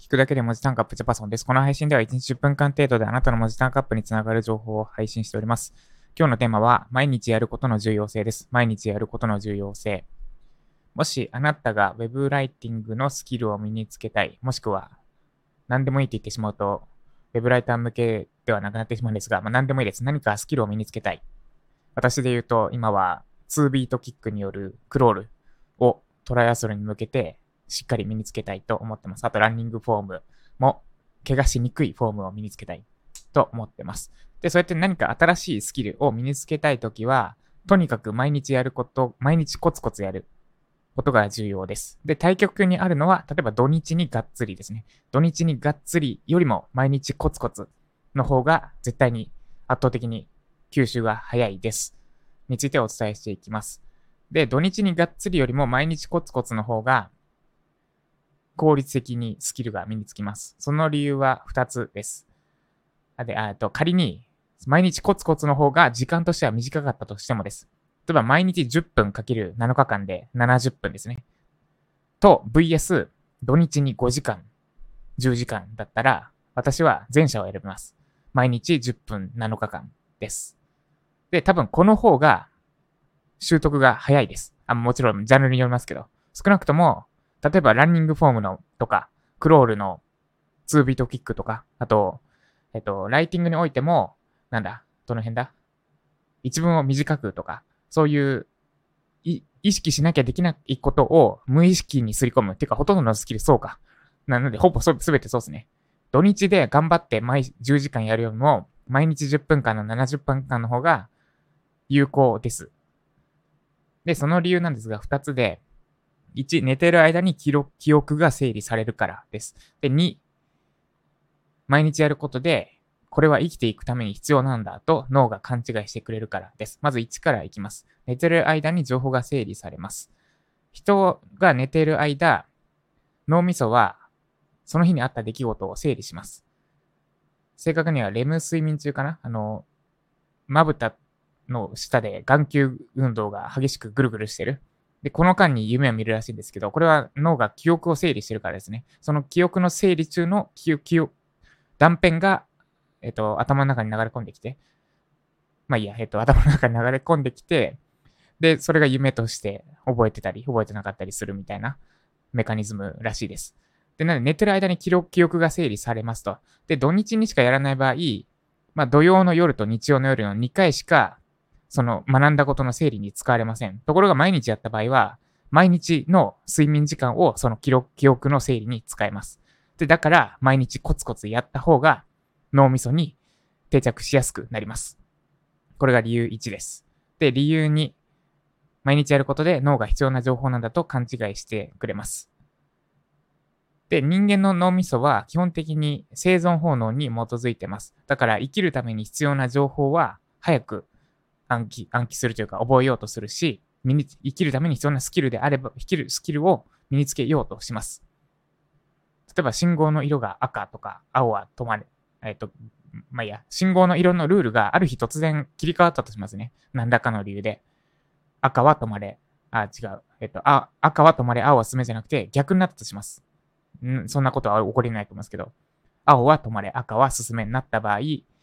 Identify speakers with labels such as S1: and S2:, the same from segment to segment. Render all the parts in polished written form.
S1: 聞くだけで文字タンクアップジャパソンです。この配信では1日10分間程度であなたの文字タンクアップにつながる情報を配信しております。今日のテーマは、毎日やることの重要性です。毎日やることの重要性。もしあなたが Web ライティングのスキルを身につけたい、もしくは何でもいいって言ってしまうと、Web ライター向けではなくなってしまうんですが、何でもいいです。何かスキルを身につけたい。私で言うと、今は2ビートキックによるクロールをトライアスロンに向けてしっかり身につけたいと思ってます。あとランニングフォームも怪我しにくいフォームを身につけたいと思ってます。で、そうやって何か新しいスキルを身につけたいときは、とにかく毎日やること、毎日コツコツやることが重要です。で、対極にあるのは、例えば土日にがっつりですね。土日にがっつりよりも毎日コツコツの方が絶対に圧倒的に吸収が早いです。についてお伝えしていきます。で、土日にがっつりよりも毎日コツコツの方が効率的にスキルが身につきます。その理由は2つです。仮に毎日コツコツの方が時間としては短かったとしてもです。例えば毎日10分かける7日間で70分ですね。と VS 土日に5時間、10時間だったら私は前者を選びます。毎日10分7日間です。で、多分この方が習得が早いです。もちろんジャンルによりますけど、少なくとも例えばランニングフォームのとか、クロールの2ビートキックとか、あと、ライティングにおいても、どの辺だ一文を短くとか、そういう意識しなきゃできないことを無意識にすり込む。っていうか、ほとんどのスキルそうか。なので、ほぼすべてそうですね。土日で頑張って毎10時間やるよりも、毎日10分間の70分間の方が有効です。で、その理由なんですが、2つで、1、寝てる間に記憶が整理されるからです。で、2、毎日やることで、これは生きていくために必要なんだと脳が勘違いしてくれるからです。まず1からいきます。寝てる間に情報が整理されます。人が寝ている間、脳みそはその日にあった出来事を整理します。正確にはレム睡眠中かなまぶたの下で眼球運動が激しくぐるぐるしてる。で、この間に夢を見るらしいんですけど、これは脳が記憶を整理してるからですね。その記憶の整理中の断片が、頭の中に流れ込んできて、頭の中に流れ込んできて、で、それが夢として覚えてたり、覚えてなかったりするみたいなメカニズムらしいです。で、なので寝てる間に記憶が整理されますと。で、土日にしかやらない場合、土曜の夜と日曜の夜の2回しかその学んだことの整理に使われません。ところが毎日やった場合は、毎日の睡眠時間をその記憶の整理に使えます。で、だから毎日コツコツやった方が脳みそに定着しやすくなります。これが理由1です。で、理由2、毎日やることで脳が必要な情報なんだと勘違いしてくれます。で、人間の脳みそは基本的に生存本能に基づいてます。だから生きるために必要な情報は早く暗記するというか覚えようとするし、生きるために必要なスキルであれば、生きるスキルを身につけようとします。例えば信号の色が赤とか青は止まれ。信号の色のルールがある日突然切り替わったとしますね。何らかの理由で。赤は止まれ。違う。赤は止まれ、青は進めじゃなくて逆になったとします。そんなことは起こりないと思いますけど。青は止まれ、赤は進めになった場合、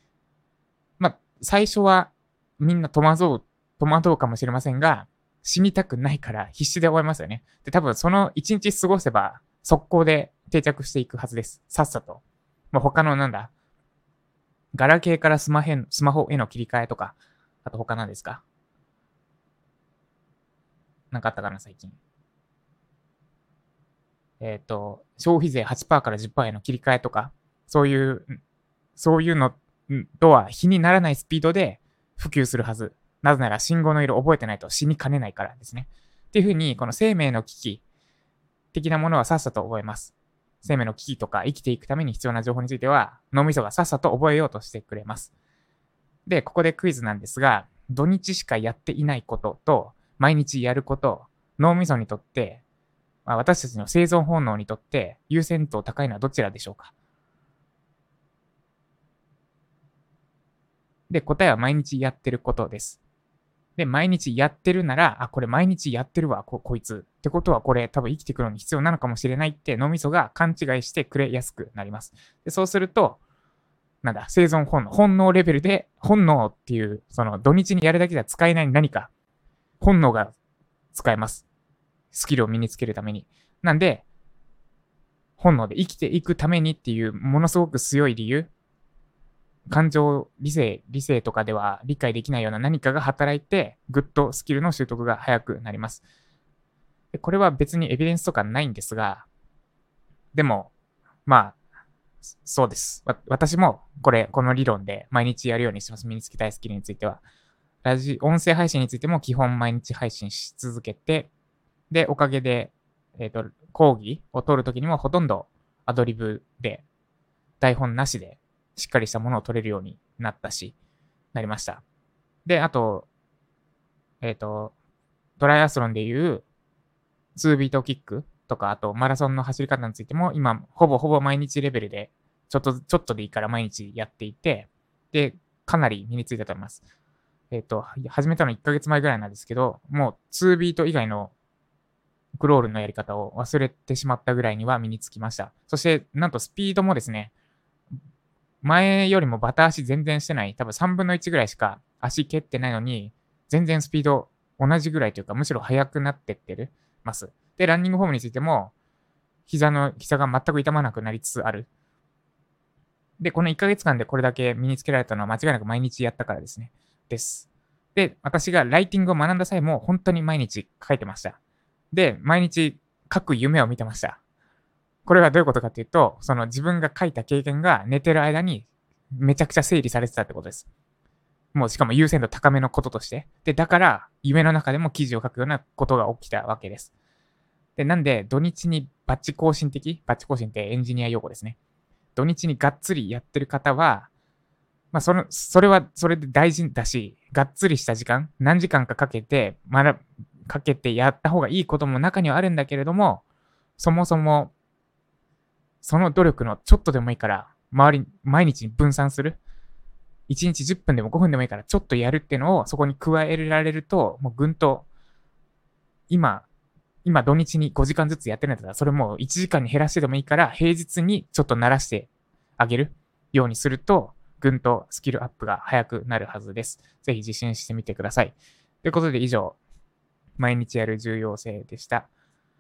S1: 最初はみんな戸惑うかもしれませんが、死にたくないから必死で終えますよね。で、多分その一日過ごせば、速攻で定着していくはずです。さっさと。他のガラケーからスマホへの切り替えとか、あと他なんですかなんかあったかな、最近。消費税8%から10%への切り替えとか、そういうのとは比にならないスピードで普及するはず。なぜなら信号の色覚えてないと死にかねないからですね。っていう風に、この生命の危機的なものはさっさと覚えます。生命の危機とか生きていくために必要な情報については脳みそがさっさと覚えようとしてくれます。で、ここでクイズなんですが、土日しかやっていないことと毎日やること、脳みそにとって、私たちの生存本能にとって優先度高いのはどちらでしょうか？で、答えは毎日やってることです。で、毎日やってるなら、これ毎日やってるわ、こいつ。 ってことはこれ多分生きていくのに必要なのかもしれないって脳みそが勘違いしてくれやすくなります。でそうすると、生存本能レベルで、本能っていう、その土日にやるだけでは使えない何か、本能が使えます。スキルを身につけるために。なんで、本能で生きていくためにっていうものすごく強い理由、感情、理性とかでは理解できないような何かが働いて、ぐっとスキルの習得が早くなります。でこれは別にエビデンスとかないんですが、でも、まあ、そうです。私もこの理論で毎日やるようにしてます。身につけたいスキルについては。音声配信についても基本毎日配信し続けて、で、おかげで、講義を取るときにもほとんどアドリブで、台本なしでしっかりしたものを取れるようになりました。で、あと、トライアスロンでいう2ビートキックとか、あとマラソンの走り方についても今、ほぼ毎日レベルで、ちょっとでいいから毎日やっていて、で、かなり身についたと思います。始めたの1ヶ月前ぐらいなんですけど、もう2ビート以外のクロールのやり方を忘れてしまったぐらいには身につきました。そして、なんとスピードもですね、前よりもバタ足全然してない、多分3分の1ぐらいしか足蹴ってないのに、全然スピード同じぐらいというか、むしろ速くなってってます。で、ランニングフォームについても、膝が全く痛まなくなりつつある。で、この1ヶ月間でこれだけ身につけられたのは間違いなく毎日やったからですね。です。で、私がライティングを学んだ際も本当に毎日書いてました。で、毎日書く夢を見てました。これはどういうことかっていうと、その自分が書いた経験が寝てる間にめちゃくちゃ整理されてたってことです。もうしかも優先度高めのこととして。で、だから夢の中でも記事を書くようなことが起きたわけです。で、なんで土日にバッチ更新ってエンジニア用語ですね。土日にがっつりやってる方は、まあ、それはそれで大事だし、がっつりした時間、何時間かかけてやった方がいいことも中にはあるんだけれども、そもそも、その努力のちょっとでもいいから、毎日に分散する。1日10分でも5分でもいいから、ちょっとやるっていうのをそこに加えられると、もうぐんと、今土日に5時間ずつやってるんだったら、それもう1時間に減らしてでもいいから、平日にちょっと慣らしてあげるようにすると、ぐんとスキルアップが早くなるはずです。ぜひ実践してみてください。ということで以上、毎日やる重要性でした。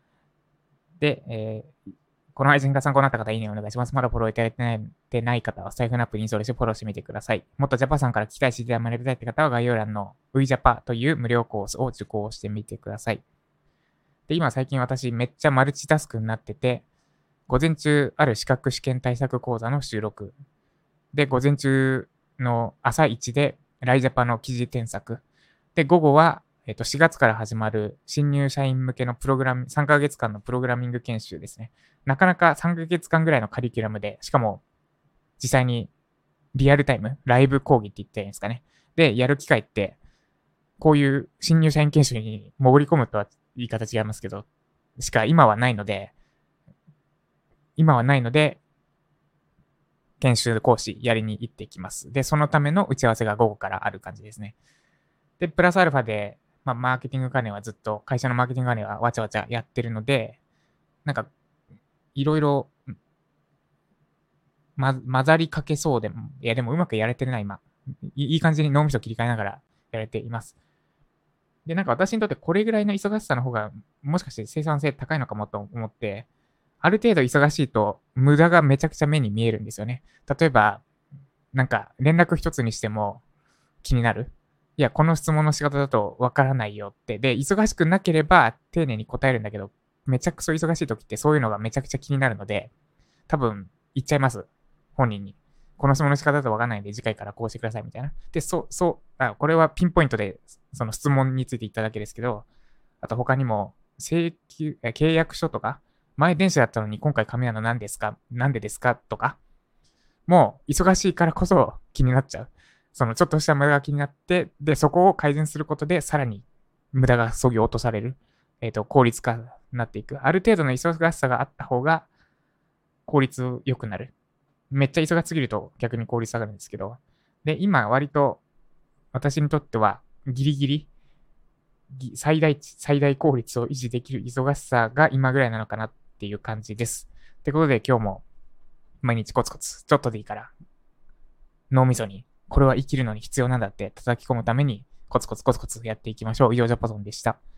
S1: で、この配信が参考になった方、いいねお願いします。まだフォローいただいてない方は、スタイフのアプリにインストールしてフォローしてみてください。もっと Japa さんから聞きたいし、で学びたいって方は、概要欄の WeJapa という無料コースを受講してみてください。で、今最近私めっちゃマルチタスクになってて、午前中ある資格試験対策講座の収録。で、午前中の朝一でライジャパの記事添削。で、午後は、4月から始まる新入社員向けの3ヶ月間のプログラミング研修ですね。なかなか3ヶ月間ぐらいのカリキュラムで、しかも実際にリアルタイム、ライブ講義って言っていいんですかね。で、やる機会って、こういう新入社員研修に潜り込むとは言い方違いますけど、しか今はないので、研修講師やりに行ってきます。で、そのための打ち合わせが午後からある感じですね。で、プラスアルファで、マーケティング関連はずっと、会社のマーケティング関連はわちゃわちゃやってるので、いろいろ、混ざりかけそうでも、いやでもうまくやれてるな、今。いい感じに脳みそ切り替えながらやれています。で、私にとってこれぐらいの忙しさの方が、もしかして生産性高いのかもと思って、ある程度忙しいと無駄がめちゃくちゃ目に見えるんですよね。例えば、連絡一つにしても気になる。いや、この質問の仕方だとわからないよって。で、忙しくなければ丁寧に答えるんだけど、めちゃくちゃ忙しい時ってそういうのがめちゃくちゃ気になるので、多分言っちゃいます。本人に。この質問の仕方だとわからないんで次回からこうしてくださいみたいな。で、これはピンポイントでその質問について言っただけですけど、あと他にも、契約書とか、前電子だったのに今回紙なの何ですかなんでですかとか、もう忙しいからこそ気になっちゃう。そのちょっとした無駄が気になって、で、そこを改善することでさらに無駄が削ぎ落とされる。効率化になっていく。ある程度の忙しさがあった方が効率良くなる。めっちゃ忙しすぎると逆に効率下がるんですけど。で、今割と私にとってはギリギリ最大効率を維持できる忙しさが今ぐらいなのかなっていう感じです。ってことで今日も毎日コツコツ、ちょっとでいいから脳みそにこれは生きるのに必要なんだって叩き込むためにコツコツコツコツやっていきましょう。以上、ジャパソンでした。